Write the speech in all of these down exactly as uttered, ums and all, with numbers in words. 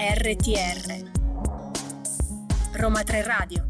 R T R Roma tre Radio.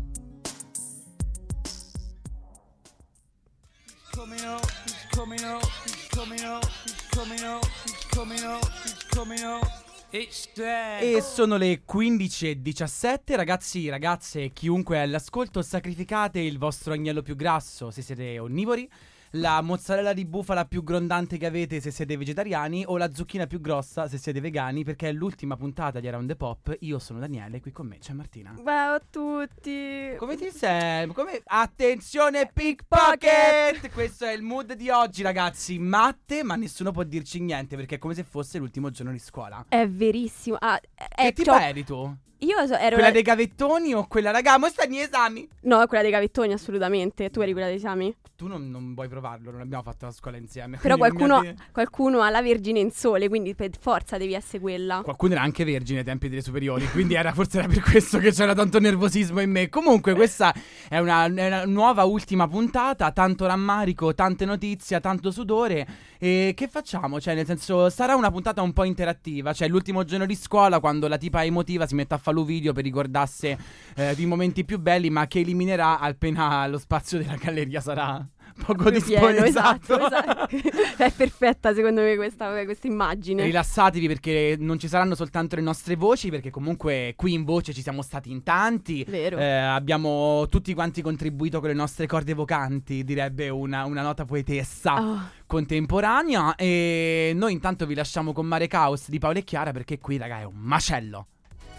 Coming up, he's coming up, he's coming up, he's coming up, he's coming up, he's coming up. It's there. E sono le quindici e diciassette, ragazzi, ragazze, chiunque è all'ascolto, sacrificate il vostro agnello più grasso se siete onnivori, la mozzarella di bufala più grondante che avete se siete vegetariani, o la zucchina più grossa se siete vegani, perché è l'ultima puntata di Around the Pop. Io sono Daniele, qui con me c'è Martina. Ciao a tutti. Come ti sei? Come... Attenzione pickpocket! Questo è il mood di oggi, ragazzi. Matte, ma nessuno può dirci niente, perché è come se fosse l'ultimo giorno di scuola. È verissimo. Ah, Che è tipo eri tu? Io so- ero Quella la- dei gavettoni o quella, raga, mo stanno gli esami? No, quella dei gavettoni, assolutamente. Tu eri quella dei esami? Tu non, non vuoi provarlo, non abbiamo fatto la scuola insieme. Però quindi non qualcuno, mi ha- qualcuno ha la Vergine in Sole, quindi per forza devi essere quella. Qualcuno era anche vergine ai tempi delle superiori, quindi era, forse era per questo che c'era tanto nervosismo in me. Comunque questa è una, è una nuova ultima puntata, tanto rammarico, tante notizie, tanto sudore. E che facciamo? Cioè, nel senso, sarà una puntata un po' interattiva. Cioè, l'ultimo giorno di scuola, quando la tipa emotiva si mette a fare un video per ricordarsi eh, di momenti più belli, ma che eliminerà appena lo spazio della galleria sarà poco Più pieno, dispone. esatto, esatto. È perfetta secondo me questa, questa immagine. Rilassatevi, perché non ci saranno soltanto le nostre voci, perché comunque qui in voce ci siamo stati in tanti. Vero. Eh, abbiamo tutti quanti contribuito con le nostre corde vocanti, direbbe una, una nota poetessa Oh. contemporanea. E noi intanto vi lasciamo con Mare Caos di Paolo e Chiara, perché qui, raga, è un macello.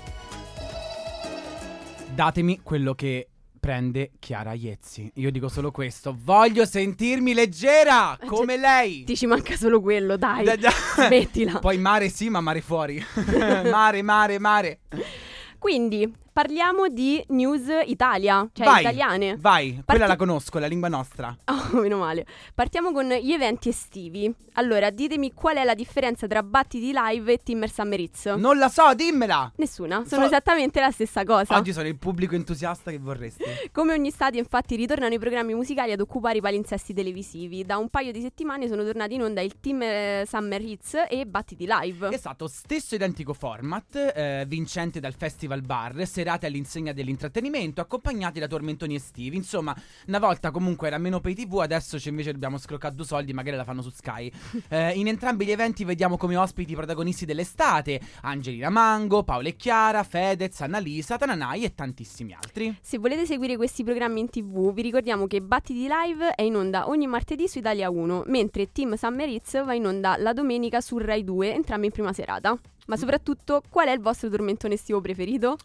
Datemi quello che prende Chiara Iezzi. Io dico solo questo: voglio sentirmi leggera come Cioè, lei. Ti ci manca solo quello, dai. Da- da- Smettila. Poi mare sì, ma mare fuori. Mare, mare, mare. Quindi parliamo di News Italia, cioè Vai, italiane. Vai, quella Parti- la conosco, la lingua nostra. Oh, meno male. Partiamo con gli eventi estivi. Allora, ditemi qual è la differenza tra Battiti Live e Timmer Summer Hits. Non la so, dimmela. Nessuna, sono So- esattamente la stessa cosa. Oggi sono il pubblico entusiasta che vorresti. Come ogni stadio, infatti, ritornano i programmi musicali ad occupare i palinsesti televisivi. Da un paio di settimane sono tornati in onda il Timmer Summer Hits e Battiti Live. Esatto, stesso identico format, eh, vincente dal Festival Bar, serate all'insegna dell'intrattenimento, accompagnati da tormentoni estivi. Insomma, una volta comunque era meno pay tivù, adesso ci invece dobbiamo scroccare due soldi, magari la fanno su Sky. Eh, in entrambi gli eventi vediamo come ospiti i protagonisti dell'estate: Angelina Mango, Paola e Chiara, Fedez, Annalisa, Tananai e tantissimi altri. Se volete seguire questi programmi in tv, vi ricordiamo che Battiti Live è in onda ogni martedì su Italia uno, mentre Team Summer Hits va in onda la domenica su Rai due, entrambi in prima serata. Ma soprattutto, qual è il vostro tormentone estivo preferito?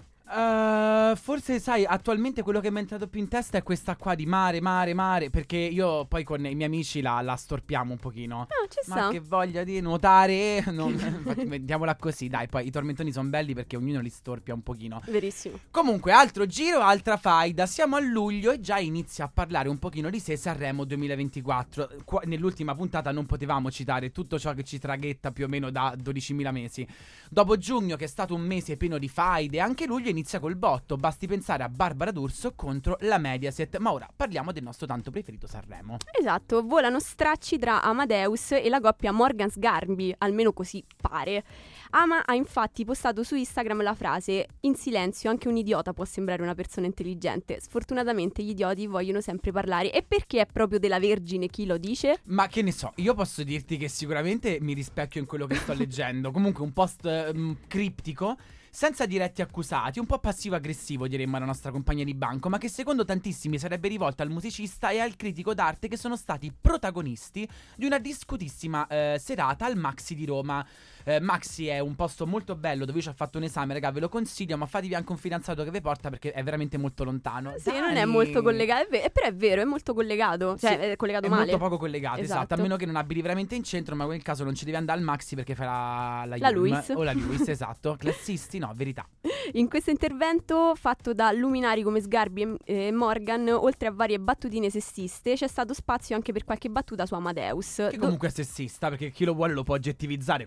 Uh, forse sai, attualmente quello che mi è entrato più in testa è questa qua di mare, mare, mare. Perché io poi con i miei amici la, la storpiamo un pochino. Ah, ci Ma sta. che voglia di nuotare. Non... infatti, mettiamola così, dai. Poi i tormentoni sono belli perché ognuno li storpia un pochino. Verissimo. Comunque, altro giro, altra faida. Siamo a luglio e già inizia a parlare un pochino di sé Sanremo duemilaventiquattro. Qua, nell'ultima puntata non potevamo citare tutto ciò che ci traghetta più o meno da dodicimila mesi. Dopo giugno, che è stato un mese pieno di faide, anche luglio inizia col botto. Basti pensare a Barbara D'Urso contro la Mediaset. Ma ora parliamo del nostro tanto preferito Sanremo. Esatto, volano stracci tra Amadeus e la coppia Morgan-Sgarbi, almeno così pare. Ama ha infatti postato su Instagram la frase: in silenzio anche un idiota può sembrare una persona intelligente. Sfortunatamente gli idioti vogliono sempre parlare. E perché è proprio della Vergine chi lo dice? Ma che ne so, io posso dirti che sicuramente mi rispecchio in quello che sto leggendo. Comunque un post ehm, criptico, senza diretti accusati, un po' passivo-aggressivo diremmo alla nostra compagna di banco, ma che secondo tantissimi sarebbe rivolto al musicista e al critico d'arte che sono stati protagonisti di una discutissima eh, serata al Maxi di Roma. Eh, Maxi è un posto molto bello dove io ci ho fatto un esame, raga, ve lo consiglio, ma fatevi anche un fidanzato che vi porta perché è veramente molto lontano. Sì, Dai. non è molto collegato, è ve- però è vero, è molto collegato, cioè Sì, è collegato è male. molto poco collegato, esatto. Esatto. A meno che non abiti veramente in centro, ma in quel caso non ci devi andare al Maxi perché farà la, La Yulm Luis. o la Luis, esatto. Classisti, no, verità. In questo intervento fatto da luminari come Sgarbi e e Morgan, oltre a varie battutine sessiste, c'è stato spazio anche per qualche battuta su Amadeus. Che Do- comunque è sessista, perché chi lo vuole lo può oggettivizzare. Comunque un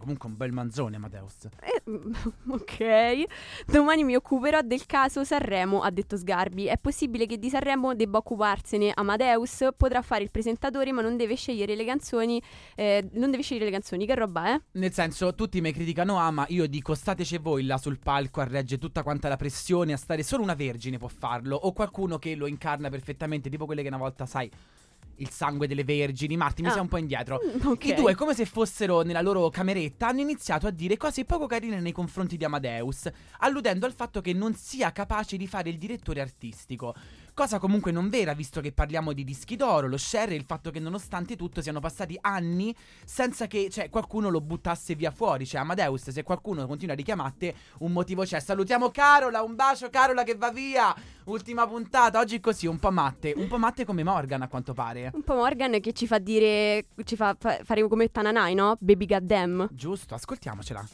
bel manzone, Amadeus. Eh, ok. Domani mi occuperò del caso Sanremo, ha detto Sgarbi. È possibile che di Sanremo debba occuparsene Amadeus. Potrà fare il presentatore, ma non deve scegliere le canzoni. Eh, non deve scegliere le canzoni. Che roba, eh? Nel senso, tutti mi criticano Ama, io dico stateci voi là sul palco a reggere tutta quanta la pressione, a stare. Solo una vergine può farlo, o qualcuno che lo incarna perfettamente, tipo quelle che una volta, sai, il sangue delle vergini. Marti, mi Ah. sei un po' indietro. Mm, ok. I due, come se fossero nella loro cameretta, hanno iniziato a dire cose poco carine nei confronti di Amadeus, alludendo al fatto che non sia capace di fare il direttore artistico. Cosa comunque non vera, visto che parliamo di dischi d'oro, lo share e il fatto che nonostante tutto siano passati anni senza che, cioè, qualcuno lo buttasse via fuori. Cioè, Amadeus, se qualcuno continua a richiamarti, un motivo c'è. Salutiamo Carola, un bacio Carola che va via. Ultima puntata, oggi così, un po' matte. Un po' matte come Morgan, a quanto pare. Un po' Morgan che ci fa dire, ci fa, fa- fare come Tananai, no? Baby goddamn. Giusto, ascoltiamocela.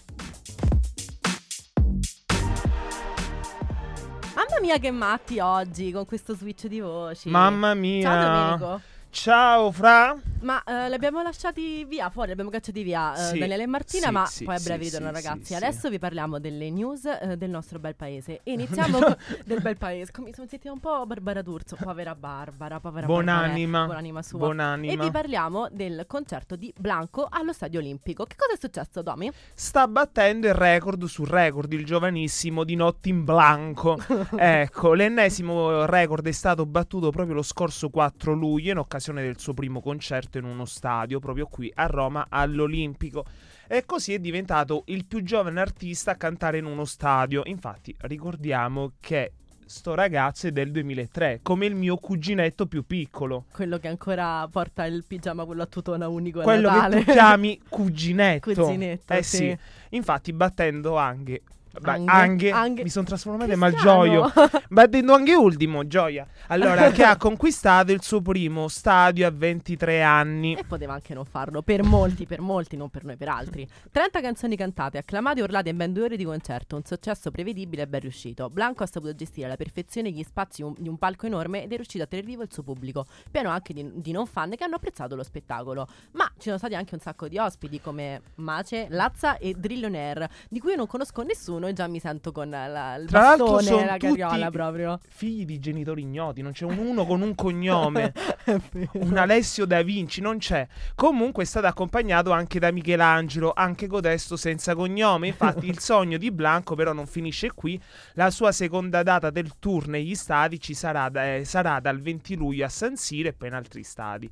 Mamma mia che matti oggi con questo switch di voci. Mamma mia. Ciao Domenico. Ciao Fra. Ma eh, li abbiamo lasciati via fuori, li abbiamo cacciati via eh, Sì, Daniele e Martina, sì, ma sì, poi a sì, breve sì, ritorno sì, ragazzi. sì. Adesso vi parliamo delle news eh, del nostro bel paese. E iniziamo con del bel paese. Mi sono sentita un po' Barbara D'Urso, povera Barbara, povera Buonanima. Barbara, buonanima sua. Buonanima. E vi parliamo del concerto di Blanco allo Stadio Olimpico. Che cosa è successo, Domi? Sta battendo il record su record, il giovanissimo di notti in blanco. Ecco, l'ennesimo record è stato battuto proprio lo scorso quattro luglio in occasione del suo primo concerto in uno stadio, proprio qui a Roma all'Olimpico. E così è diventato il più giovane artista a cantare in uno stadio. Infatti, ricordiamo che sto ragazzo è del duemilatré, come il mio cuginetto più piccolo. Quello che ancora porta il pigiama, quello a tutona unico a Quello Natale. che tu chiami cuginetto. Cuginetto, eh sì. sì. Infatti battendo anche Beh, Anghe, anche, anghe. mi sono trasformato Che in Malgioio. strano. Battendo anche Ultimo, gioia. Allora, che ha conquistato il suo primo stadio a ventitré anni. E poteva anche non farlo, per molti, per molti, non per noi, per altri. trenta canzoni cantate, acclamate e urlate in ben due ore di concerto, un successo prevedibile e ben riuscito. Blanco ha saputo gestire alla perfezione gli spazi un- di un palco enorme ed è riuscito a tenere vivo il suo pubblico, pieno anche di, di non fan che hanno apprezzato lo spettacolo. Ma ci sono stati anche un sacco di ospiti come Mace, Lazza e Drillionaire, di cui io non conosco nessuno e già mi sento con la, il Tra l'altro bastone sono e la carriola tutti proprio. figli di genitori ignoti, non c'è un uno con un cognome. È vero. Un Alessio Da Vinci non c'è. Comunque è stato accompagnato anche da Michelangelo, anche codesto senza cognome. Infatti il sogno di Blanco però non finisce qui. La sua seconda data del tour negli stadi ci sarà, da- eh, sarà dal venti luglio a San Siro e poi in altri stadi.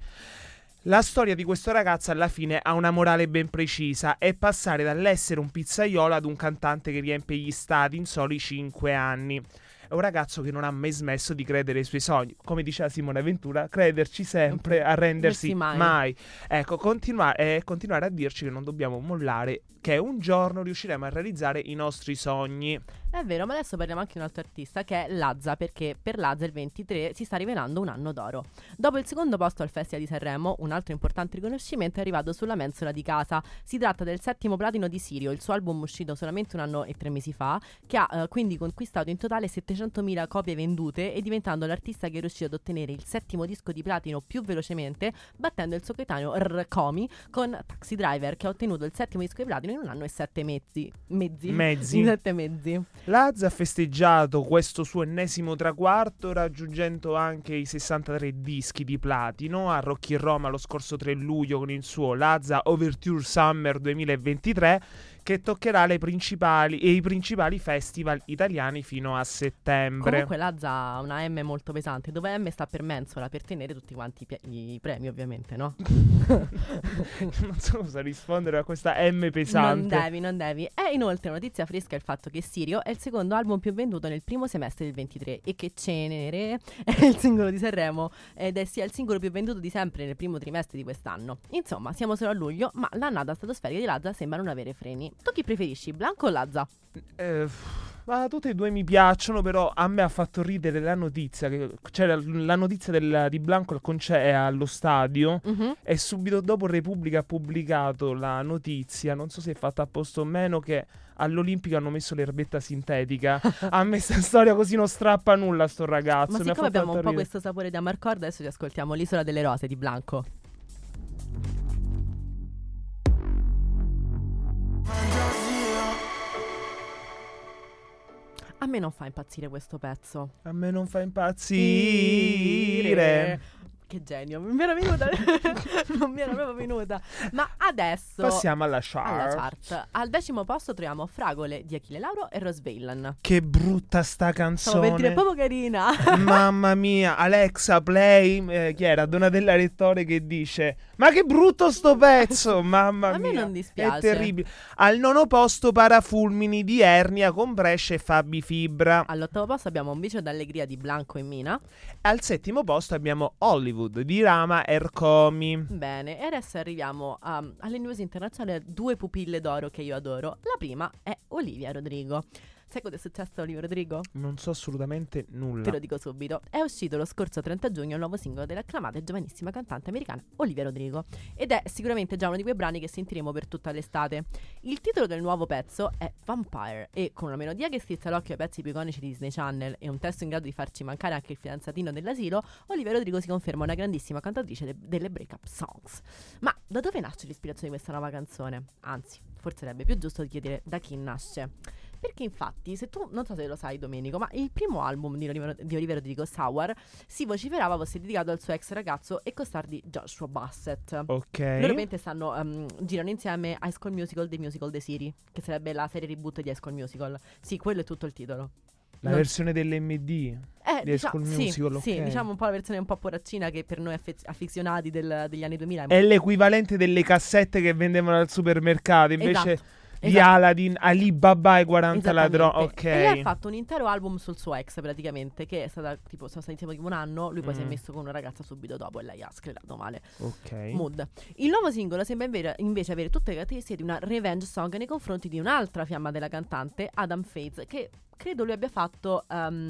La storia di questo ragazzo alla fine ha una morale ben precisa: è passare dall'essere un pizzaiolo ad un cantante che riempie gli stadi in soli cinque anni. È un ragazzo che non ha mai smesso di credere ai suoi sogni. Come diceva Simone Ventura, crederci sempre, arrendersi Mai. mai. Ecco, continuare, eh, continuare a dirci che non dobbiamo mollare, che un giorno riusciremo a realizzare i nostri sogni. È vero, ma adesso parliamo anche di un altro artista che è Lazza, perché per Lazza il ventitré si sta rivelando un anno d'oro. Dopo il secondo posto al Festival di Sanremo, un altro importante riconoscimento è arrivato sulla mensola di casa. Si tratta del settimo platino di Sirio, il suo album uscito solamente un anno e tre mesi fa, che ha eh, quindi conquistato in totale settecentomila copie vendute e diventando l'artista che è riuscito ad ottenere il settimo disco di platino più velocemente, battendo il suo coetaneo Rkomi con Taxi Driver, che ha ottenuto il settimo disco di platino in un anno e sette mezzi. Mezzi? Mezzi. In sette mezzi. Lazza ha festeggiato questo suo ennesimo traguardo raggiungendo anche i sessantatré dischi di platino a Rock in Roma lo scorso tre luglio con il suo Lazza Overture Summer duemilaventitré, che toccherà le principali e i principali festival italiani fino a settembre. Comunque Lazza ha una M molto pesante, dove M sta per mensola, per tenere tutti quanti i, pie- i premi ovviamente, no? Non so cosa rispondere a questa M pesante. Non devi, non devi. E inoltre notizia fresca è il fatto che Sirio è il secondo album più venduto nel primo semestre del ventitré e che Cenere è il singolo di Sanremo ed è sia il singolo più venduto di sempre nel primo trimestre di quest'anno. Insomma, siamo solo a luglio, ma l'annata stratosferica di Lazza sembra non avere freni. Tu chi preferisci, Blanco o Lazza? Eh, ma tutte e due mi piacciono, però a me ha fatto ridere la notizia che c'era la notizia del, di Blanco al conce- allo stadio Mhm. e subito dopo Repubblica ha pubblicato la notizia, non so se è fatta apposta o meno, che all'Olimpico hanno messo l'erbetta sintetica. A me sta storia così non strappa nulla sto ragazzo. Ma mi ha siccome abbiamo un fatto po' ridere. questo sapore di Amarcord, adesso ci ascoltiamo l'Isola delle Rose di Blanco. Quando A me non fa impazzire questo pezzo. A me non fa impazzire. Che genio, mi era venuta. Non mi era proprio venuta. Ma adesso passiamo alla chart. alla chart. Al decimo posto troviamo Fragole di Achille Lauro e Rose Villain. Che brutta sta Stavo canzone. per dire proprio carina. Mamma mia, Alexa play, eh, chi era? Donatella Rettore che dice: ma che brutto sto pezzo, mamma A me mia. non dispiace. È terribile. Al nono posto Parafulmini di Ernia con Brescia e Fabi Fibra. All'ottavo posto abbiamo Un vicio d'allegria di Blanco e Mina. Al settimo posto abbiamo Hollywood di Rama Ercomi. Bene, e adesso arriviamo um, alle news internazionali. Due pupille d'oro che io adoro. La prima è Olivia Rodrigo. Sai cosa è successo a Olivia Rodrigo? Non so assolutamente nulla. Te lo dico subito. È uscito lo scorso trenta giugno il nuovo singolo dell'acclamata e giovanissima cantante americana Olivia Rodrigo. Ed è sicuramente già uno di quei brani che sentiremo per tutta l'estate. Il titolo del nuovo pezzo è Vampire e con una melodia che strizza l'occhio ai pezzi più iconici di Disney Channel e un testo in grado di farci mancare anche il fidanzatino dell'asilo, Olivia Rodrigo si conferma una grandissima cantatrice de- delle break-up songs. Ma da dove nasce l'ispirazione di questa nuova canzone? Anzi, forse sarebbe più giusto chiedere da chi nasce. Perché infatti, se tu, non so se lo sai Domenico, ma il primo album di Olivia, di Olivia Rodrigo, Sour, si vociferava fosse dedicato al suo ex ragazzo e costar di Joshua Bassett. Ok. Loro ovviamente stanno, um, girano insieme High School Musical, The Musical The Series, che sarebbe la serie reboot di High School Musical. Sì, quello è tutto il titolo. La Non- versione dell'M D Eh, di dicia- High School sì, Musical, sì, ok. diciamo un po' la versione un po' porraccina che per noi affe- affezionati del- degli anni duemila È l'equivalente delle cassette che vendevano al supermercato. Invece Esatto. di Esatto. Aladdin, Alibaba e quaranta ladroni. Esattamente. Ok. E lei ha fatto un intero album sul suo ex praticamente, che è stata tipo, sono stati insieme tipo un anno, lui poi si è Mm. messo con una ragazza subito dopo e lei ha sclerato male. Ok. Mood. Il nuovo singolo sembra invece, invece avere tutte le caratteristiche di una revenge song nei confronti di un'altra fiamma della cantante, Adam Faith, che credo lui abbia fatto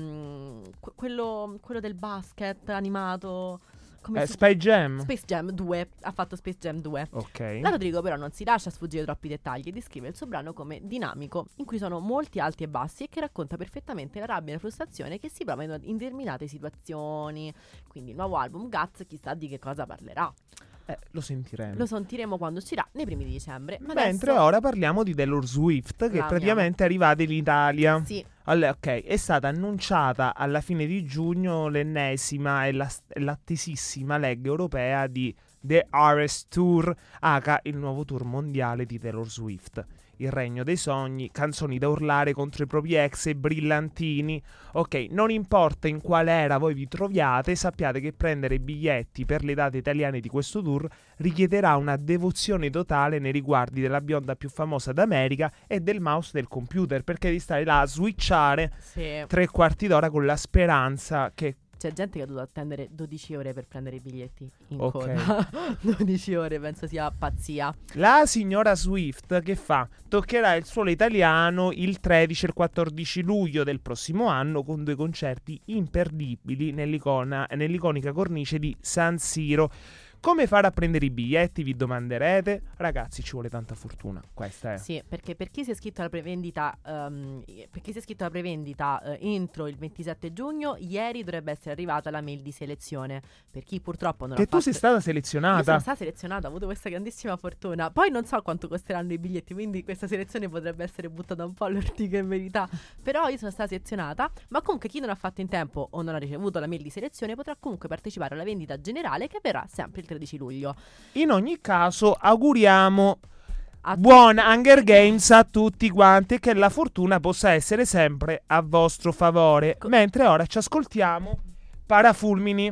um, que- quello, quello del basket animato. Come Eh, si Spy Jam. Space Jam due. Ha fatto Space Jam due. Ok. La Rodrigo però non si lascia sfuggire troppi dettagli e descrive il suo brano come dinamico, in cui sono molti alti e bassi e che racconta perfettamente la rabbia e la frustrazione che si prova in in determinate situazioni. Quindi il nuovo album Guts chissà di che cosa parlerà. Eh, lo sentiremo. Lo sentiremo quando uscirà nei primi di dicembre. Ma Mentre adesso... ora parliamo di Taylor Swift, che La praticamente è arrivata in Italia. Sì, Allora, ok, è stata annunciata alla fine di giugno l'ennesima e la- e l'attesissima leg europea di The Eras Tour, aka il nuovo tour mondiale di Taylor Swift. Il regno dei sogni, canzoni da urlare contro i propri ex e brillantini. Ok, non importa in quale era voi vi troviate, sappiate che prendere i biglietti per le date italiane di questo tour richiederà una devozione totale nei riguardi della bionda più famosa d'America e del mouse del computer, perché devi stare là a switchare sì. tre quarti d'ora con la speranza che... C'è gente che ha dovuto attendere dodici ore per prendere i biglietti in Ok. coda. dodici ore, penso sia pazzia. La signora Swift che fa? Toccherà il suolo italiano il tredici e il quattordici luglio del prossimo anno con due concerti imperdibili nell'icona, nell'iconica cornice di San Siro. Come fare a prendere i biglietti, vi domanderete? Ragazzi, ci vuole tanta fortuna. Questa è. Sì, perché per chi si è iscritto alla prevendita um, per chi si è iscritto alla prevendita uh, entro il ventisette giugno, ieri dovrebbe essere arrivata la mail di selezione. Per chi purtroppo non Che ha tu fatto... sei stata Io selezionata. sono stata selezionata, ho avuto questa grandissima fortuna. Poi non so quanto costeranno i biglietti, quindi questa selezione potrebbe essere buttata un po' all'ortica in verità. Però io sono stata selezionata, ma comunque chi non ha fatto in tempo o non ha ricevuto la mail di selezione potrà comunque partecipare alla vendita generale che avverrà sempre il tredici luglio. In ogni caso, auguriamo A buon Hunger Games a tutti quanti e che la fortuna possa essere sempre a vostro favore. Co- Mentre ora ci ascoltiamo Parafulmini.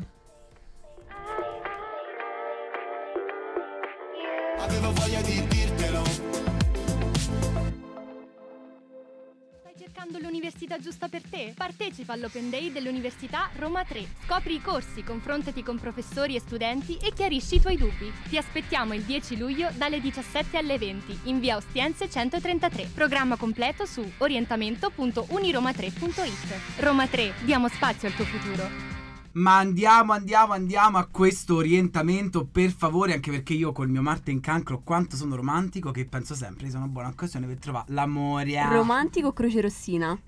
Avevo voglia di dirtelo. Stai cercando l'università giusta per te? Partecipa all'Open Day dell'Università Roma tre. Scopri i corsi, confrontati con professori e studenti e chiarisci i tuoi dubbi. Ti aspettiamo il dieci luglio dalle diciassette alle venti in via Ostiense centotrentatré. Programma completo su orientamento punto uniroma tre punto it. Roma tre, diamo spazio al tuo futuro. Ma andiamo, andiamo, andiamo a questo orientamento, per favore, anche perché io col mio Marte in Cancro quanto sono romantico che penso sempre che sia una buona occasione per trovare l'amore. Romantico o croce rossina?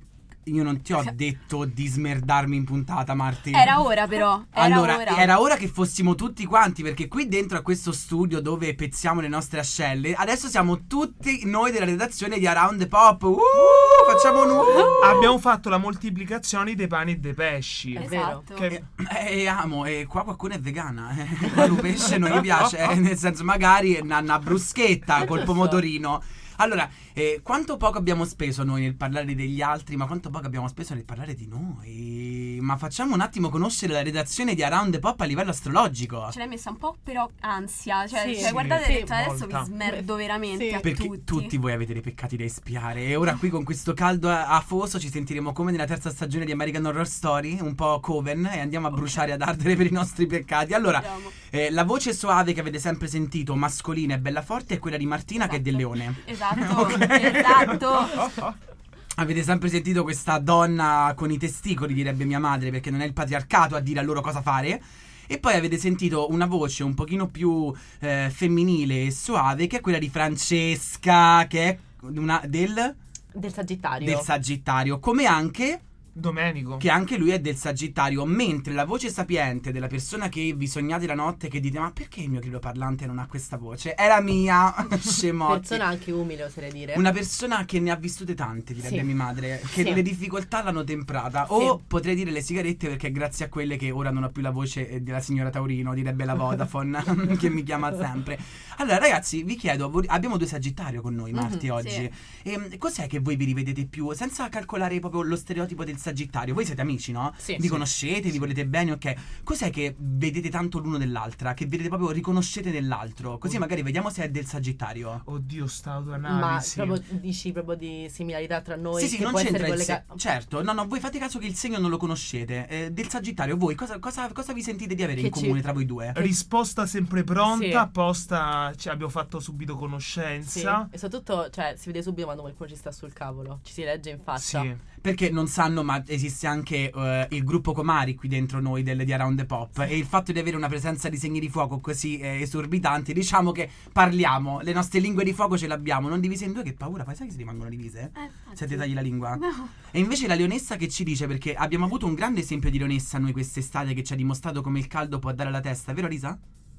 io non ti ho detto di smerdarmi in puntata, Marti. Era ora però, era allora, ora. era ora che fossimo tutti quanti, perché qui dentro a questo studio dove pezziamo le nostre ascelle, adesso siamo tutti noi della redazione di Around the Pop. Uh, facciamo un uh. Abbiamo fatto la moltiplicazione dei pani e dei pesci. È Esatto. vero. Che- E amo, e qua qualcuno è vegana. Eh. Qua il pesce non gli piace, eh, nel senso magari una, una bruschetta col giusto. pomodorino. Allora, eh, quanto poco abbiamo speso noi nel parlare degli altri, ma quanto poco abbiamo speso nel parlare di noi. Ma facciamo un attimo conoscere la redazione di Around the Pop a livello astrologico. Ce l'hai messa un po' però ansia. Cioè, Sì. cioè Sì. guardate, Sì, detto, adesso molta. vi smerdo veramente Sì. a Perché tutti. voi avete dei peccati da espiare. E ora qui con questo caldo a- afoso ci sentiremo come nella terza stagione di American Horror Story, un po' Coven, e andiamo a bruciare ad ardere per i nostri peccati. Allora, Andiamo. eh, la voce soave che avete sempre sentito, mascolina e bella forte, è quella di Martina che è del leone. Esatto, esatto. Avete sempre sentito questa donna con i testicoli, direbbe mia madre, perché non è il patriarcato a dire a loro cosa fare. E poi avete sentito una voce un pochino più eh, femminile e suave, che è quella di Francesca, che è una del, Del Sagittario. del Sagittario, come anche Domenico. che anche lui è del Sagittario, mentre la voce sapiente della persona che vi sognate la notte, che dite ma perché il mio grillo parlante non ha questa voce, è la mia. Scemotti. Persona anche umile, oserei dire. Una persona che ne ha vissute tante, direbbe Sì. mia madre, che Sì. le difficoltà l'hanno temprata. Sì. O potrei dire le sigarette, perché è grazie a quelle che ora non ho più la voce eh, della signora Taurino, direbbe la Vodafone, che mi chiama sempre. Allora ragazzi, vi chiedo, vo- abbiamo due Sagittario con noi, Marti, Mhm, oggi. sì. E, cos'è che voi vi rivedete più, senza calcolare proprio lo stereotipo del Sagittario? Voi siete amici, no? Sì. Vi Sì. conoscete, vi volete bene, ok. Cos'è che vedete tanto l'uno dell'altra, che vedete proprio, riconoscete nell'altro? Così magari vediamo se è del Sagittario. Oddio, sta Ma autoanalisi. proprio dici proprio di similarità tra noi, Sì, sì, che non può c'entra essere il se- collegato. certo, no, no, voi fate caso che il segno non lo conoscete. Eh, del Sagittario, voi cosa, cosa, cosa vi sentite di avere Che in ci- comune tra voi due? Risposta sempre pronta, Sì. posta, cioè, abbiamo fatto subito Sì. conoscenza. E soprattutto, cioè, si vede subito quando qualcuno ci sta sul cavolo, ci si legge in faccia. Sì. Perché non sanno, ma esiste anche eh, il gruppo Comari qui dentro noi del, di Around the Pop. E il fatto di avere una presenza di segni di fuoco così eh, esorbitanti, diciamo che parliamo, le nostre lingue di fuoco ce l'abbiamo, non divise in due, che paura, fai sai che si rimangono divise? Eh, infatti. Se ti tagli la lingua. No. E invece la leonessa che ci dice, perché abbiamo avuto un grande esempio di leonessa noi quest'estate, che ci ha dimostrato come il caldo può dare alla testa, vero Risa?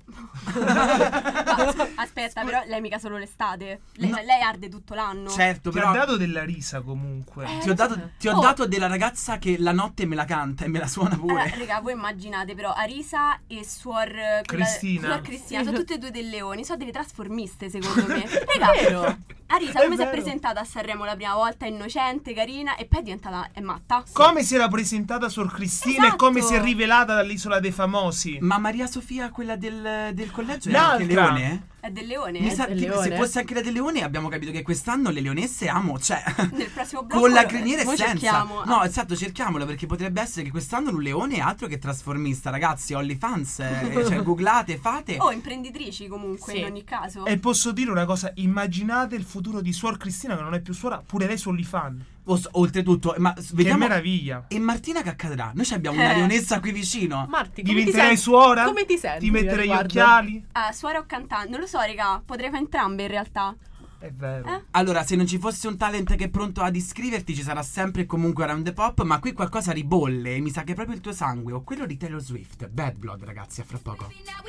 Ma, aspetta, però lei mica solo l'estate. Lei, No. lei arde tutto l'anno. Certo, Ti però ho dato della risa comunque. Eh, ti ho dato, ti ho Oh. dato della ragazza che la notte me la canta e me la suona pure. Allora, raga, voi immaginate però Arisa e Suor eh, quella- Cristina. Suor Cristina Sì. sono tutte e due dei leoni, sono delle trasformiste secondo me. Raga, Vero? Arisa È come si è vero. presentata a Sanremo la prima volta, innocente, carina, e poi è diventata è matta. Come si era presentata Suor Cristina Esatto. e come si è rivelata dall'Isola dei Famosi. Ma Maria Sofia, quella del, del collegio, è anche L'altra. leone? È del leone. Mi sa del che leone? se fosse anche la del leone abbiamo capito che quest'anno le leonesse amo, cioè Nel prossimo blocco con la criniera e noi senza. cerchiamo. No, esatto, cerchiamolo, perché potrebbe essere che quest'anno un leone è altro che trasformista, ragazzi. OnlyFans, eh, cioè googlate, fate. Oh, imprenditrici comunque Sì. in ogni caso. E posso dire una cosa, immaginate il futuro di Suor Cristina che non è più suora, pure lei su OnlyFans. O- oltretutto, ma s- Che vediamo. meraviglia. E Martina che accadrà? Noi ci abbiamo una Eh. leonessa qui vicino. Marti, come ti Diventerai senti? suora? Come ti senti? Ti metterei gli riguardo? occhiali? Ah, suora o cantante? Non lo so, raga, potrei fare entrambe in realtà. È vero. Eh? Allora, se non ci fosse un talent che è pronto ad iscriverti, ci sarà sempre e comunque Around the Pop. Ma qui qualcosa ribolle e mi sa che è proprio il tuo sangue o quello di Taylor Swift. Bad Blood, ragazzi, a fra poco.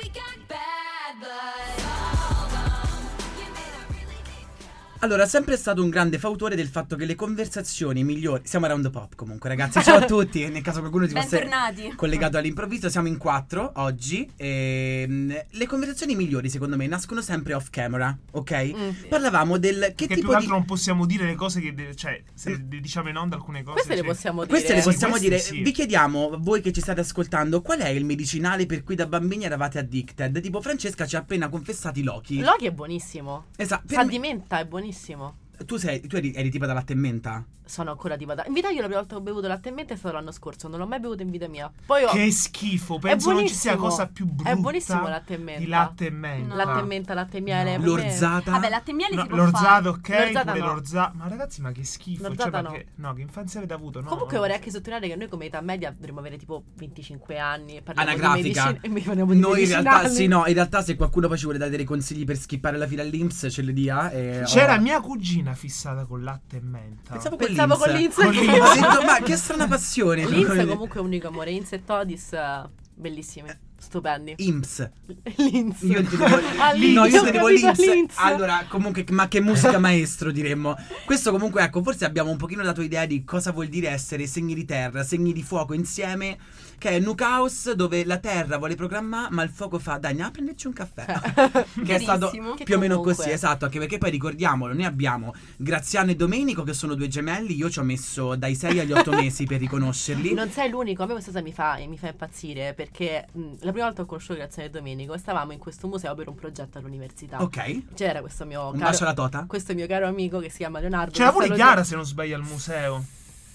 Allora, sempre stato un grande fautore del fatto che le conversazioni migliori. Siamo Around the Pop comunque, ragazzi. Ciao a tutti. Nel caso qualcuno si fosse Bentornati. collegato all'improvviso, siamo in quattro oggi. E, le conversazioni migliori, secondo me, nascono sempre off camera, ok? Mm. Parlavamo del che Che più tipo che di. altro non possiamo dire le cose che de- cioè se le diciamo in onda alcune cose. Queste le cioè- possiamo dire. Queste le Sì, possiamo queste dire. sì. Vi chiediamo, voi che ci state ascoltando, qual è il medicinale per cui da bambini eravate addicted? Tipo Francesca ci ha appena confessato i Loki. Loki è buonissimo. Esatto. per Sa me- di menta, è buonissimo. Tu sei, tu eri, eri tipo da latte e menta? Sono ancora di vada. In vita io la prima volta che ho bevuto latte e menta è stato l'anno scorso. Non l'ho mai bevuto in vita mia. Poi ho... Che schifo, penso non ci sia buonissimo. cosa più brutta È buonissimo latte e menta. di latte e menta. No. Latte e menta, latte e miele. No. per me- L'orzata? Vabbè, latte e miele No, si può l'orzato, fare. ok, L'orzata pure no. l'orzato. Ma ragazzi, ma che schifo. L'orzata Cioè, no. ma che, no, che infanzia avete avuto? No, Comunque no. vorrei anche sottolineare che noi come età media dovremmo avere tipo venticinque anni e parliamo Anagrafica. di medicina e mi parliamo di Noi in realtà, medicinali. sì, no, in realtà se qualcuno poi ci vuole dare dei consigli per skippare la fila all'I N P S ce le dia. E, C'era oh. mia cugina una fissata con latte e menta. Pensavo, Pensavo con Linz. Linz. Con Linz. Ho detto, ma che strana passione. Linz comunque è un unico amore. Linz e Todis, eh, bellissimi, stupendi. Imps. Linz. Io tenevo, Ah, Linz, no, io ho tenevo capito, Linz. Linz. Allora, comunque, ma che musica maestro diremmo. Questo comunque, ecco, forse abbiamo un pochino dato idea di cosa vuol dire essere segni di terra, segni di fuoco insieme, che è Nukaus, dove la terra vuole programmare, ma il fuoco fa, dai, andiamo a prenderci un caffè. Che è stato Verissimo. più o meno Comunque. così, esatto, anche perché poi ricordiamolo, noi abbiamo Graziano e Domenico che sono due gemelli, io ci ho messo dai sei agli otto mesi per riconoscerli. Non sei l'unico, a me questa cosa mi fa, mi fa impazzire perché mh, la prima volta che ho conosciuto Graziano e Domenico stavamo in questo museo per un progetto all'università. Ok, C'era questo mio un caro, bacio alla tota. questo mio caro amico che si chiama Leonardo. C'era che pure sta- Chiara, se non sbaglio, al museo.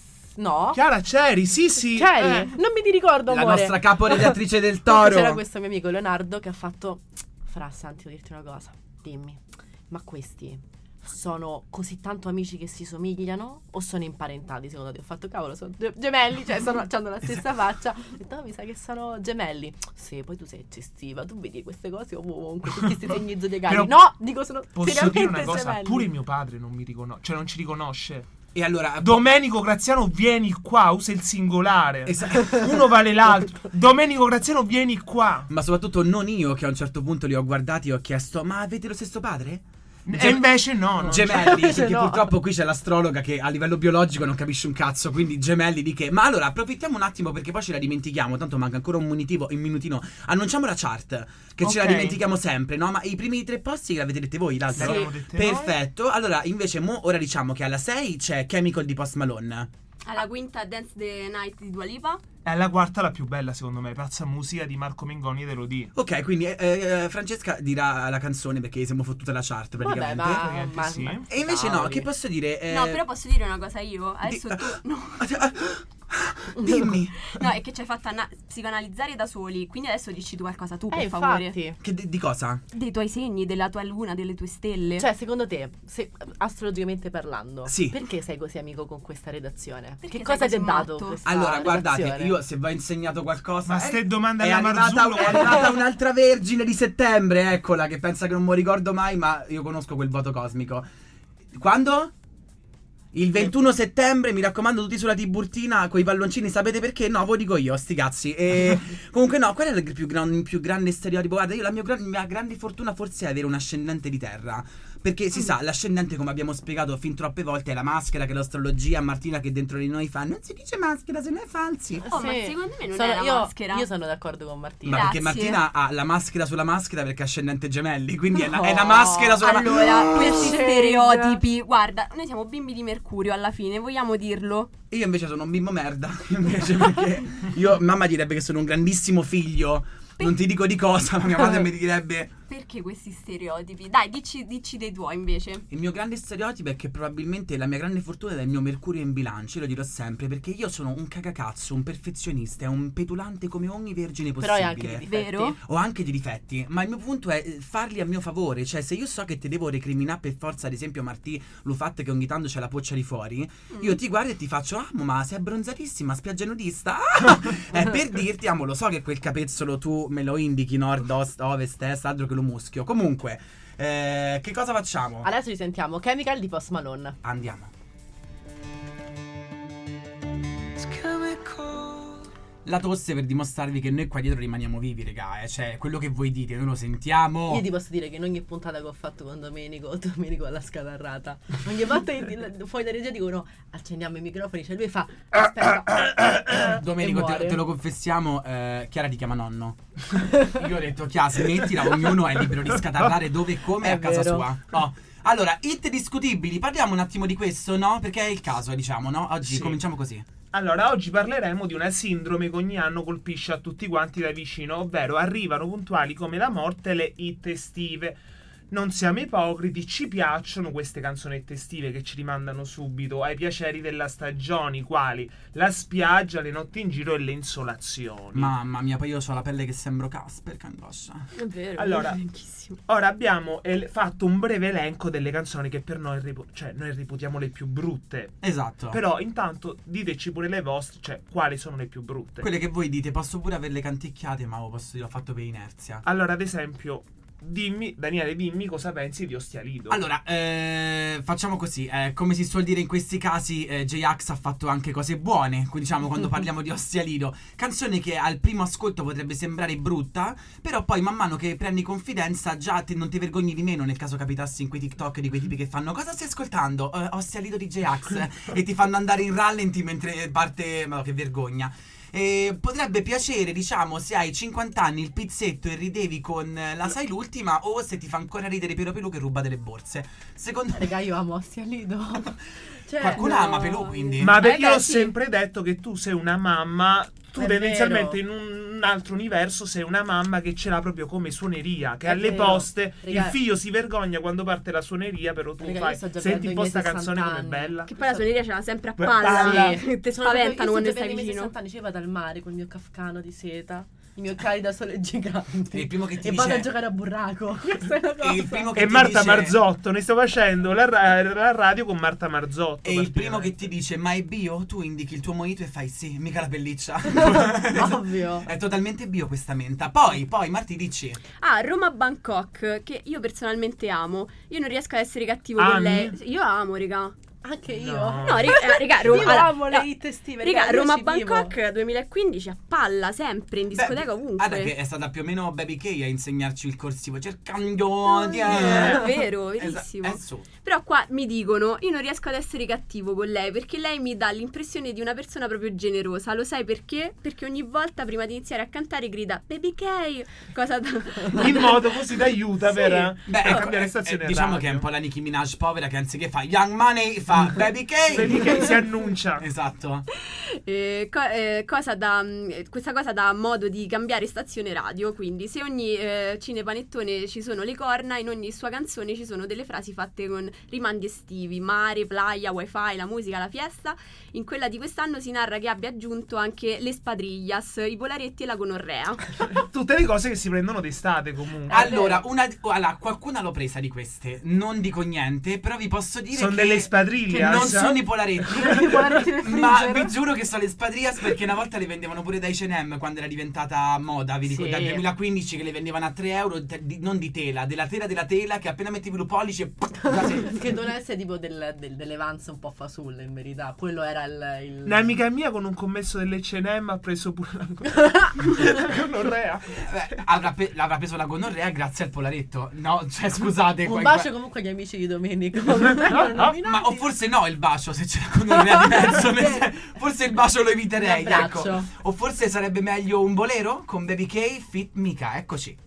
No? Chiara, c'eri? Sì, sì. C'eri? Eh. Non mi ti ricordo, La amore. nostra caporedattrice del C'era Toro. questo mio amico Leonardo che ha fatto: Fra, senti, devo dirti una cosa. Dimmi, ma questi sono così tanto amici che si somigliano o sono imparentati secondo te? Ho fatto, cavolo, sono ge- gemelli, cioè sono, hanno la stessa faccia. Ho detto, "No, mi sa che sono gemelli." Sì, poi tu sei eccessiva, tu vedi queste cose ovunque, tutti questi segni zodiacali. Però No, dico, sono Posso seriamente dire una cosa? gemelli. Pure mio padre non mi riconosce, cioè non ci riconosce. E allora, Domenico Graziano, vieni qua, usa il singolare. Esa- Uno vale l'altro. Domenico Graziano, vieni qua. ma soprattutto non io che a un certo punto li ho guardati e ho chiesto, ma avete lo stesso padre? E invece no, no. Gemelli, Invece perché no. purtroppo qui c'è l'astrologa che a livello biologico non capisce un cazzo, quindi gemelli di che? Ma allora approfittiamo un attimo perché poi ce la dimentichiamo, tanto manca ancora un minutivo, un minutino. Annunciamo la chart, che ce la Ok. dimentichiamo sempre, no? Ma i primi tre posti che l'avete dette voi, l'altro? L'abbiamo dette noi. Perfetto, allora invece mo ora diciamo che alla sei c'è Chemical di Post Malone. Alla quinta Dance the Night di Dua Lipa. È la quarta la più bella secondo me, pazza musica di Marco Mengoni ed Elodie. Ok, quindi eh, eh, Francesca dirà la canzone perché siamo fottute la chart Vabbè, praticamente. ma, Praticamente ma, sì. ma- E invece no, cavoli. che posso dire? Eh, No, però posso dire una cosa io. Adesso di- tu. No. Dimmi. No, è che ci hai fatto ana- psicoanalizzare da soli. Quindi adesso dici tu qualcosa tu, per Eh, favore. infatti. Che di, di cosa? Dei tuoi segni, della tua luna, delle tue stelle. Cioè, secondo te, se, astrologicamente parlando, Sì. perché sei così amico con questa redazione? Perché che sei cosa ti ha così dato matto? questa Allora, guardate, redazione? io se vi ho insegnato qualcosa. Ma eh, ste domande è alla arrivata, Marzullo. è arrivata un'altra vergine di settembre, eccola, che pensa che non mi ricordo mai, ma io conosco quel voto cosmico. Quando? Il ventuno settembre, mi raccomando, tutti sulla Tiburtina con i palloncini, sapete perché? No, ve lo dico io, sti cazzi. E comunque no, qual è il più, gran- il più grande stereotipo? Guarda, io la mia, gran- mia grande fortuna forse è avere un ascendente di terra. Perché si sa, l'ascendente, come abbiamo spiegato fin troppe volte, è la maschera, che è l'astrologia, Martina che dentro di noi fa, non si dice maschera se non è falsi. Oh, ma secondo me non Sono- è la io, maschera. Io sono d'accordo con Martina. Ma perché Grazie. Martina ha la maschera sulla maschera perché è ascendente gemelli, quindi è, una, No. è una maschera sulla maschera. Allora, questi Shade. stereotipi. Guarda, noi siamo bimbi di Mercurio alla fine, vogliamo dirlo? Io invece sono un bimbo merda, invece perché io, mamma direbbe che sono un grandissimo figlio, non ti dico di cosa, ma mia madre mi direbbe... Perché questi stereotipi? Dai, dici, dici dei tuoi invece. Il mio grande stereotipo è che probabilmente la mia grande fortuna è il mio Mercurio in bilancio, lo dirò sempre, perché io sono un cagacazzo, un perfezionista, un petulante come ogni vergine Però possibile. hai anche dei difetti. Vero? Ho anche dei difetti, ma il mio punto è eh, farli a mio favore. Cioè, se io so che ti devo recriminare per forza, ad esempio, Martì, lo fatto che ogni tanto c'è la poccia di fuori, Mm. io ti guardo e ti faccio, ah, ma sei abbronzatissima, spiaggia nudista. Ah! È per dirti, amo, lo so che quel capezzolo tu me lo indichi nord, ost, ovest, est, altro che lo muschio. Comunque, eh, che cosa facciamo? Adesso risentiamo Chemical di Post Malone. Andiamo. La tosse per dimostrarvi che noi qua dietro rimaniamo vivi, regà, eh. Cioè, quello che voi dite, noi lo sentiamo. Io ti posso dire che in ogni puntata che ho fatto con Domenico, Domenico ha la scatarrata. Ogni volta che di- fuori da regia dicono accendiamo i microfoni, cioè lui fa aspetta. Domenico, e te, muore. te lo confessiamo, eh, Chiara ti chiama nonno. Io ho detto, Chiara, smettila, ognuno è libero di scatarrare dove e come È a casa vero. sua. Oh. Allora, hit discutibili, parliamo un attimo di questo, no? Perché è il caso, diciamo, no? Oggi Sì. cominciamo così. Allora, oggi parleremo di una sindrome che ogni anno colpisce a tutti quanti da vicino, ovvero arrivano puntuali come la morte le hit estive. Non siamo ipocriti, ci piacciono queste canzonette estive che ci rimandano subito ai piaceri della stagione, quali la spiaggia, le notti in giro e le insolazioni. Mamma mia, poi io ho la pelle che sembro Casper, che angoscia. È vero. Allora, bianchissimo. ora abbiamo el- fatto un breve elenco delle canzoni che per noi, ripu- cioè, noi reputiamo le più brutte. Esatto. Però intanto diteci pure le vostre, cioè quali sono le più brutte. Quelle che voi dite, posso pure averle canticchiate, ma lo posso dire, l'ho fatto per inerzia. Allora, ad esempio, dimmi, Daniele, dimmi cosa pensi di Ostia Lido. Allora, eh, facciamo così, eh, come si suol dire in questi casi, eh, J-Ax ha fatto anche cose buone, quindi diciamo quando parliamo di Ostia Lido, canzone che al primo ascolto potrebbe sembrare brutta, però poi man mano che prendi confidenza già te non ti vergogni di meno nel caso capitassi in quei TikTok di quei tipi che fanno cosa stai ascoltando? Uh, Ostia Lido di J-Ax e ti fanno andare in rallenti mentre parte, ma che vergogna. E potrebbe piacere, diciamo, se hai cinquanta anni, il pizzetto e ridevi con la sai l'ultima, o se ti fa ancora ridere Piero Pelù che ruba delle borse. Secondo me, Raga, io amo Ostia Lido. Cioè, qualcuno no. ama Pelù, quindi. Ma per- Eh, io beh, ho sì. sempre detto che tu sei una mamma. Tu È tendenzialmente vero. in un altro universo sei una mamma che ce l'ha proprio come suoneria. Che È alle vero. poste Raga- il figlio si vergogna quando parte la suoneria, però tu Raga, io fai. sto già Senti un po' sta prendendo i miei canzone com'è sessanta bella. Che poi la suoneria ce l'ha sempre a Beh, palla. palla. Sì. Te Sono spaventano quando proprio- io sto stai ai miei vicino. sessanta anni ci vado al mare col mio kafkano di seta, i miei occhiali da sole giganti. E il primo che ti e dice- vado a giocare a burraco. Questa è una cosa. E il primo che E ti Marta dice- Marzotto, ne sto facendo la, ra- la radio con Marta Marzotto. E il primo che praticamente. ti dice ma è bio? Tu indichi il tuo mojito e fai sì, mica la pelliccia. Ovvio. È totalmente bio questa menta. Poi, poi Marti dici Ah, Roma Bangkok, che io personalmente amo. Io non riesco ad essere cattivo Ami? con lei. Io amo, raga. Anche io. No. No, raga, eh, raga, Ro- Io allora, amo le no, hit estive. raga, raga, io Roma ci vivo. Bangkok duemilaquindici a palla, sempre, in discoteca Beh, ovunque. guarda che è stata più o meno Baby K a insegnarci il corsivo cercando di... È vero, Esa- verissimo. è su. Però qua mi dicono, io non riesco ad essere cattivo con lei perché lei mi dà l'impressione di una persona proprio generosa. Lo sai perché? Perché ogni volta prima di iniziare a cantare grida Baby K. Cosa da... In modo così t'aiuta per, Beh, per ecco, cambiare eh, stazione eh, diciamo radio. che è un po' la Nicki Minaj povera che anziché fa Young Money fa Baby K. Vedi che si annuncia. Esatto. Eh, co- eh, cosa da, mh, questa cosa dà modo di cambiare stazione radio. Quindi se ogni eh, cinepanettone ci sono le corna, in ogni sua canzone ci sono delle frasi fatte con rimandi estivi: mare, playa, wifi, la musica, la fiesta. In quella di quest'anno si narra che abbia aggiunto anche le spadrillas, i polaretti e la gonorrea. Tutte le cose che si prendono d'estate comunque. Allora, una, allora, qualcuna l'ho presa di queste. Non dico niente, però vi posso dire Sono che delle spadriglias. non sono i polaretti. I polaretti nel Ma freezer. vi giuro che sono le spadrillas perché una volta le vendevano pure da H and M quando era diventata moda. Vi dico, Sì. dal duemilaquindici che le vendevano a tre euro, te- di- non di tela, della tela della tela che appena mettevi lo pollice. già si- Che doveva essere tipo del, del, delle Vans un po' fasulle in verità. Quello era il, il... Un'amica mia con un commesso dell'H and M ha preso pure la la gonorrea. Beh, avrà pe- l'avrà preso la gonorrea grazie al polaretto. No, cioè scusate. Un qua- bacio comunque agli amici di Domenico. Ma o forse no il bacio se c'è la gonorrea diverso. nel sen- Forse il bacio lo eviterei. Un abbraccio. Ecco. O forse sarebbe meglio un bolero con Baby K fit Mika. Eccoci.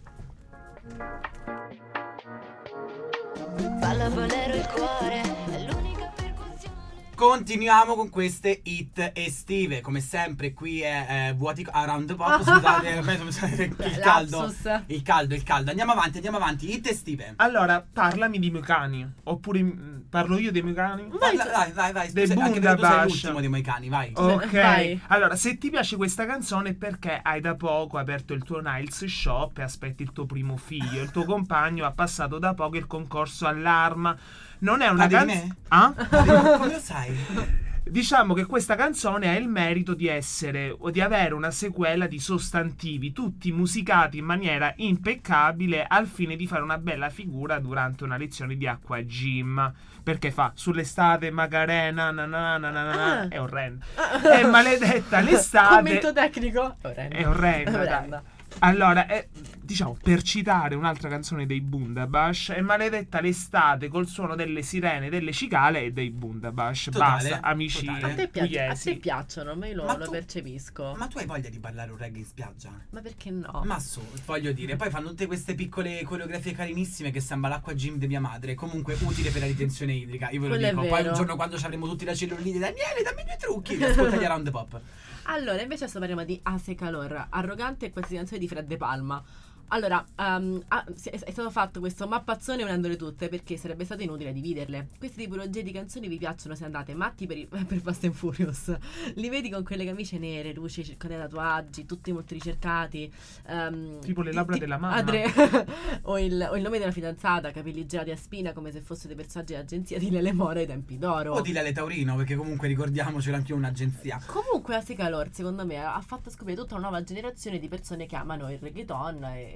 Balla bolero il cuore, è l'unica percussione. Continuiamo con queste hit estive. Come sempre, qui è eh, Vuoti Around the Pop. Scusate, scusate, il caldo. Lapsus. Il caldo, il caldo. Andiamo avanti, andiamo avanti. Hit estive. Allora, parlami di miei cani. Oppure mm, parlo io dei miei cani? Parla- Vai, vai, vai. dei Scusa, anche perché tu sei Bundabash. l'ultimo dei Moicani, vai. Ok, Vai. allora se ti piace questa canzone è perché hai da poco aperto il tuo Niles Shop e aspetti il tuo primo figlio. Il tuo compagno ha passato da poco il concorso all'Arma. Non è una Parli di canzone. me? Ah? Come lo sai? Diciamo che questa canzone ha il merito di essere o di avere una sequela di sostantivi, tutti musicati in maniera impeccabile al fine di fare una bella figura durante una lezione di acqua gym. Perché fa sull'estate Macarena, na na na na na na, Ah. è orrendo. È maledetta l'estate. Commento tecnico. È orrendo, dai. Orrenda. Allora, è, diciamo, per citare un'altra canzone dei Bundabash, è maledetta l'estate col suono delle sirene, delle cicale e dei Bundabash. Totale, Basta, amici totale. A te, piace, a pugliesi. te piacciono, ma io lo, Ma lo tu- percepisco. Ma tu hai voglia di ballare un reggae in spiaggia? Ma perché no? Ma su, voglio dire, poi fanno tutte queste piccole coreografie carinissime che sembra l'acqua gym di mia madre. Comunque utile per la ritenzione idrica. Io ve lo Quello è dico. Poi vero. un giorno quando ci avremo tutti la cellulite, Daniele, dammi due trucchi. Vi ascolta gli Around the Pop. Allora, invece adesso parliamo di Ase Calor, arrogante e qualsiasi canzone di Fred De Palma. Allora, um, ah, si- è, è stato fatto questo mappazzone unendole tutte perché sarebbe stato inutile dividerle. Queste tipologie di canzoni vi piacciono se andate matti per, i, per Fast and Furious. Li vedi con quelle camicie nere, luci, circone tatuaggi, tutti molto ricercati. Um, Tipo le labbra della mamma. Adre- o, il, o il nome della fidanzata, capelli gelati a spina come se fosse dei personaggi dell'agenzia di Lele Mora ai tempi d'oro. O di Lele Taurino, perché comunque ricordiamocelo anche io un'agenzia. Comunque Ase Calor secondo me ha fatto scoprire tutta una nuova generazione di persone che amano il reggaeton e,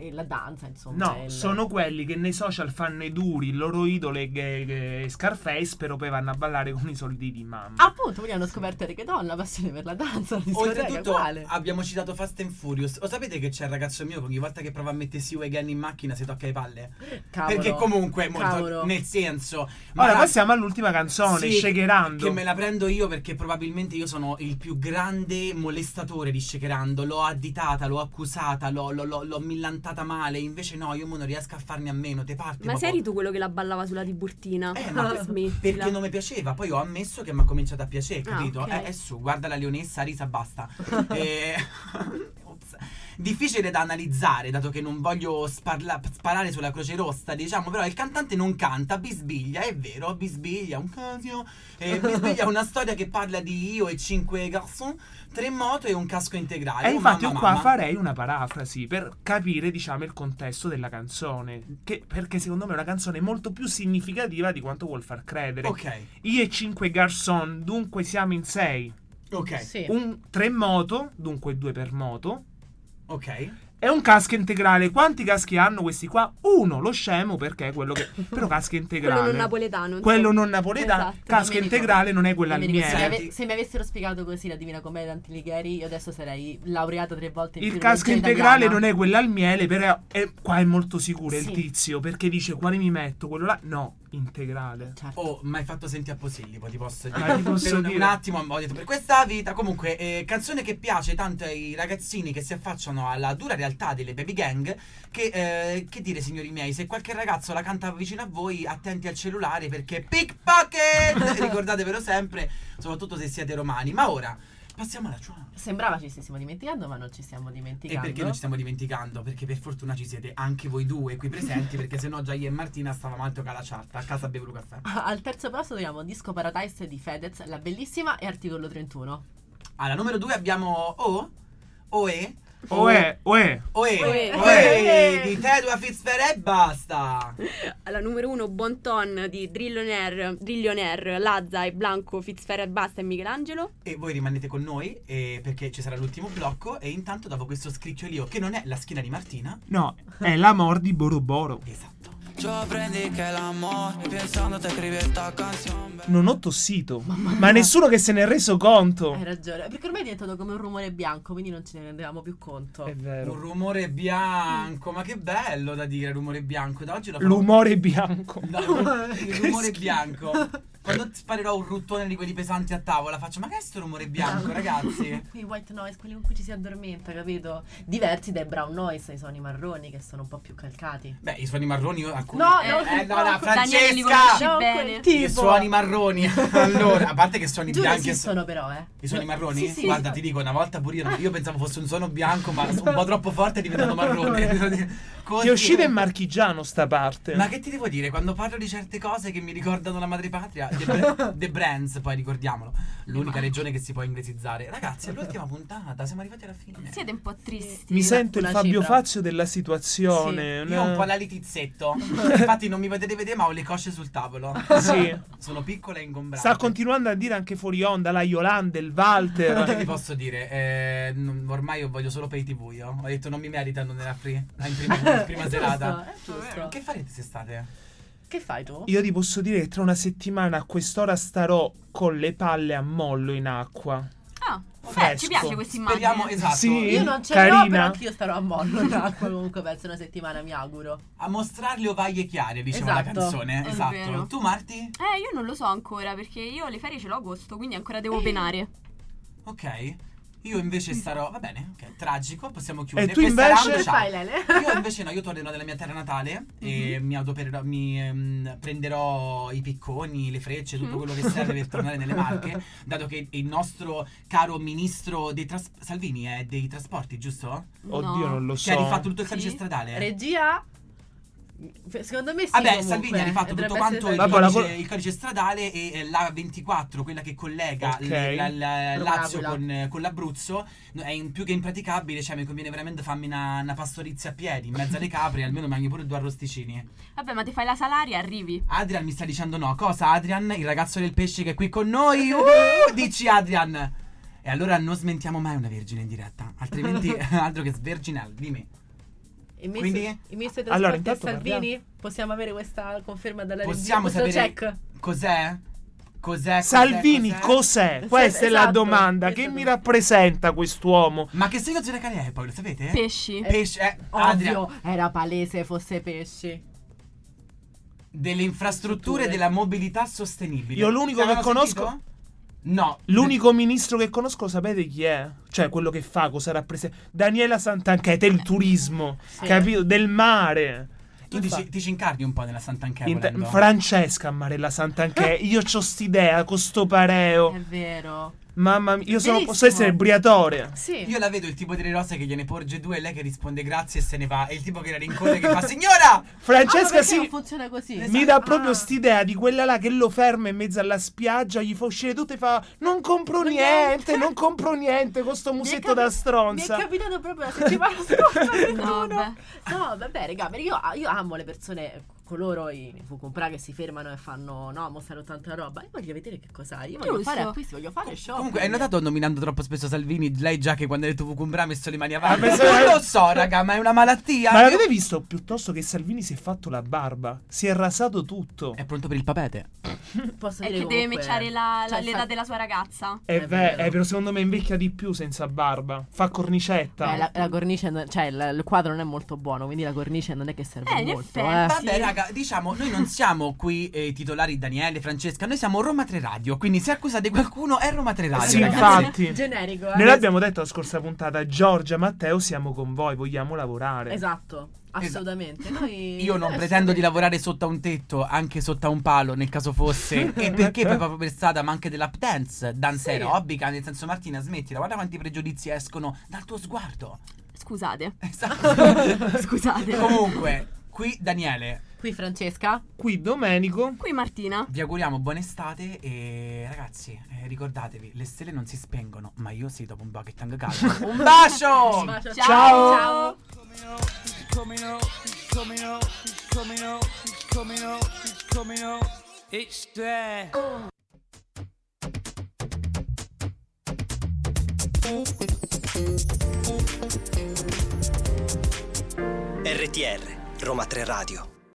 e la danza, insomma. No, il... sono quelli che nei social fanno i duri, il loro idolo è che- che Scarface, però poi vanno a ballare con i soldi di mamma. Appunto, quindi hanno scoperto il reggaeton, la passione per la danza, la discoteca, Oltretutto uguale. abbiamo citato Fast and Furious. Lo sapete che c'è il ragazzo mio che ogni volta che prova a mettersi Again in macchina si tocca le palle? Cavolo. Perché comunque molto, Cavolo. nel senso Ora ma- passiamo all'ultima canzone, Sì, Shakerando. che me la prendo io perché probabilmente io sono il più grande molestatore di Shakerando. L'ho additata, l'ho accusata, l'ho, l'ho, l'ho, l'ho millantata male. Invece no, io mo non riesco a farne a meno. Te parte Ma proprio- se eri tu quello che la ballava sulla Tiburtina? Eh, ma per- Smettila. perché non mi piaceva. Poi ho ammesso che mi ha cominciato a piacere, Ah, capito? ok. Eh, è su, guarda la leonessa, risa, basta. E- Ops. Difficile da analizzare, dato che non voglio sparla- sparare sulla Croce Rossa, diciamo, però il cantante non canta, bisbiglia, è vero, bisbiglia, un casio. Eh, bisbiglia è una storia che parla di io e cinque garçon, tre moto e un casco integrale. E Oh, infatti mamma, io qua mamma. farei una parafrasi per capire, diciamo, il contesto della canzone. Che, perché secondo me è una canzone molto più significativa di quanto vuol far credere. Ok, Io e cinque garçon, dunque siamo in sei. ok, Sì. Un tre moto, dunque due per moto. ok. E un casco integrale. Quanti caschi hanno questi qua? Uno, lo scemo, perché è quello che... Però casco integrale. Quello non napoletano. Quello insomma. non napoletano. Esatto. Casco Domenico, integrale non è quella al Domenico, se, mi miele. ave- se mi avessero spiegato così la Divina Commedia di Antilighieri, io adesso sarei laureata tre volte in Il filologia casco integrale italiana. non è quella al miele, però è- qua è molto sicuro il Sì. tizio, perché dice quale mi metto, quello là? No, integrale. Certo. Oh, mi hai fatto sentire a Posillipo, ti posso dire. Ma ti posso per un, dire. un attimo ho detto per questa vita. Comunque, eh, canzone che piace tanto ai ragazzini che si affacciano alla dura realtà delle baby gang. Che, eh, che dire, signori miei, se qualche ragazzo la canta vicino a voi, attenti al cellulare perché pickpocket! Ricordatevelo sempre, soprattutto se siete romani. Ma ora passiamo alla ciao. Sembrava ci stessimo dimenticando, ma non ci stiamo E dimenticando. perché non ci stiamo dimenticando? Perché per fortuna ci siete anche voi due qui presenti, perché sennò già io e Martina stavamo alto con la chat a casa a bere un caffè. Al terzo posto abbiamo Disco Paradise di Fedez, La Bellissima e Articolo trentuno. Alla numero due abbiamo O, Oe, Oe, oe. Oe, Oe. Oe, di Tedua Fitzfair e basta. Alla numero uno, Bon Ton di Drillionaire, Drillionaire, Lazza e Blanco, Fitzfair e Basta e Michelangelo. E voi rimanete con noi eh, perché ci sarà l'ultimo blocco. E intanto dopo questo scricchiolio, che non è la schiena di Martina. No, è l'amor di Boroboro. Esatto. Yo aprendí que el amor, pensando te escribí esta canción. Non ho tossito, ma nessuno che se ne è reso conto. Hai ragione, perché ormai è diventato come un rumore bianco, quindi non ce ne rendevamo più conto. È Un vero. rumore bianco, ma che bello da dire rumore bianco. Da oggi lo farò- L'umore bianco. No, il rumore bianco. Quando ti sparerò un ruttone di quelli pesanti a tavola, faccio: ma che è sto rumore bianco, ragazzi? I white noise, quelli con cui ci si addormenta, capito? Diversi dai brown noise, i suoni marroni che sono un po' più calcati. Beh, i suoni marroni io alcuni. No, eh, no, eh, no, no, no, Daniele li Francesca! conosci No, bene. quel tipo. I suoni marroni. Allora, a parte che suoni Giuro bianchi e esistono però, eh. I suoni marroni? Sì, sì, Guarda, sì. ti dico, una volta pure io, io pensavo fosse un suono bianco, ma un po' troppo forte è diventato marrone. Così. Ti è uscita in marchigiano sta parte. Ma che ti devo dire? Quando parlo di certe cose che mi ricordano la madrepatria, The, Bra- The Brands, poi ricordiamolo, l'unica regione che si può inglesizzare. Ragazzi, è l'ultima puntata, siamo arrivati alla fine. Siete un po' tristi. Mi sento il una Fabio cifra. Fazio della situazione. Io ho un po' la litizzetto. Infatti non mi potete vedere, ma ho le cosce sul tavolo. Sì. Sono piccola e ingombrante. Sta continuando a dire anche fuori onda la Yolanda, il Che ti Walter. posso dire? Eh, non- ormai io voglio solo pay tv io. Ho detto non mi meritano nella free in prima, in prima serata. Giusto, è giusto. Che farete se state? Che fai tu? Io ti posso dire che tra una settimana a quest'ora starò con le palle a mollo in acqua. Ah, beh, Fresco. ci piace questa immagine. Speriamo, esatto. Sì. Io non ce Carina. l'ho, però anch'io starò a mollo in acqua comunque penso una settimana, mi auguro. A mostrare le ovaglie chiare, diciamo la Esatto. canzone. È Esatto. vero. Tu, Marti? Eh, io non lo so ancora perché io le ferie ce l'ho a agosto, quindi ancora devo penare. Ok. Io invece starò. Va bene, ok. Tragico, possiamo chiudere. E tu Questa invece? round, Che ciao. fai, Lele? Io invece no, io tornerò nella mia terra natale e mi adopererò, mi ehm, prenderò i picconi, le frecce, tutto quello che serve per tornare nelle Marche, dato che il nostro caro ministro dei tras- Salvini è dei trasporti, giusto? Oddio, No. non lo Che ha so. rifatto tutto il codice Sì. stradale. Regia? Secondo me sì. Vabbè, comunque. Salvini ha rifatto tutto Dovrebbe quanto il essere Vabbè, la codice, col- il codice stradale e eh, la ventiquattro, quella che collega Ok. le- la- la- Roma Lazio L'Aquila. con, con l'Abruzzo è in- più che impraticabile, cioè mi conviene veramente farmi una, una pastorizia a piedi in mezzo alle capre, almeno mangi pure due arrosticini. Vabbè, ma ti fai la salaria e arrivi. Adrian mi sta dicendo no. Cosa, Adrian? Il ragazzo del pesce che è qui con noi? Uh, dici, Adrian. E allora non smentiamo mai una vergine in diretta, altrimenti altro che sverginello, dimmi. Il ministro, Quindi? il ministro dei Allora, trasporti è intanto Salvini? parliamo- Possiamo avere questa conferma dalla regia? Possiamo Questo sapere check? cos'è? Cos'è? Salvini cos'è? cos'è? Questa è la Esatto. domanda. Questa Che è mi la- rappresenta quest'uomo? Ma che segno zodiacale è poi, lo sapete? Pesci. Pesce, eh, Adria, Ovvio, era palese fosse pesci. delle infrastrutture e della mobilità sostenibile. Io l'unico L'avevano che conosco- sentito? No. L'unico ministro che conosco, sapete chi è? Cioè, quello che fa, cosa rappresenta? Daniela Santanchè, il turismo, Sì. capito? Del mare. Tu Infa- dici, ti ci incarni un po' nella Sant'Anchè Inter- volendo. Francesca Marella Santanchè, io c'ho st'idea con sto pareo. È vero. Mamma mia, io sono, Verissimo. posso essere briatore. Sì. Io la vedo il tipo delle rose che gliene porge due e lei che risponde grazie e se ne va. E il tipo che la rincorre che fa signora! Francesca Ah, sì, non funziona così. mi dà proprio Ah. st'idea di quella là che lo ferma in mezzo alla spiaggia, gli fa uscire tutto e fa non compro niente, non compro niente con sto musetto capi- da Mi è stronza. capitato proprio la settimana scorsa. No, vabbè. No, vabbè, raga, perché io, io amo le persone, coloro i Fucumprà che si fermano e fanno, no, mostrano tanta roba. Io voglio vedere che cosa. Io voglio Giusto. fare acquisti, voglio fare shopping. Comunque, hai notato nominando troppo spesso Salvini? Lei già che quando ha detto Vucumbra ha messo le mani avanti. Ha messo- Non lo so, raga, ma è una malattia. Ma l'avete visto piuttosto che Salvini si è fatto la barba? Si è rasato tutto. È pronto per il papete. Posso È dire che deve comunque- matchare la, la- cioè, l'età sa- della sua ragazza. È, È ve- vero. eh, però secondo me invecchia di più senza barba. Fa cornicetta. Eh, la, la cornice, non- cioè il, il quadro non è molto buono, quindi la cornice non è che serve Eh, in molto. effetti. Eh. Vabbè, raga, diciamo, noi non siamo qui eh, titolari Daniele, Francesca, noi siamo Roma tre Radio. Quindi se accusate qualcuno è Roma tre Radio. Sì, ragazzi. infatti. Generico, eh. Noi l'abbiamo detto la scorsa puntata, Giorgia, Matteo, siamo con voi, vogliamo lavorare. Esatto, assolutamente. Noi Io non noi pretendo di assolutamente. lavorare sotto a un tetto, anche sotto a un palo, nel caso fosse. E perché poi proprio per strada, ma anche dell'up dance, dance Sì. aerobica, nel senso Martina, smettila, guarda quanti pregiudizi escono dal tuo sguardo. Scusate. Esatto. Scusate. Comunque, qui Daniele, Qui Francesca. Qui Domenico. Qui Martina. vi auguriamo buona estate e ragazzi, eh, ricordatevi, le stelle non si spengono, ma io sì, dopo un bucket tango caldo. Un bacio! Ciao. Ciao. He's coming up, he's coming up, he's coming up, he's coming up, he's coming up. It's there. R T R Roma tre Radio.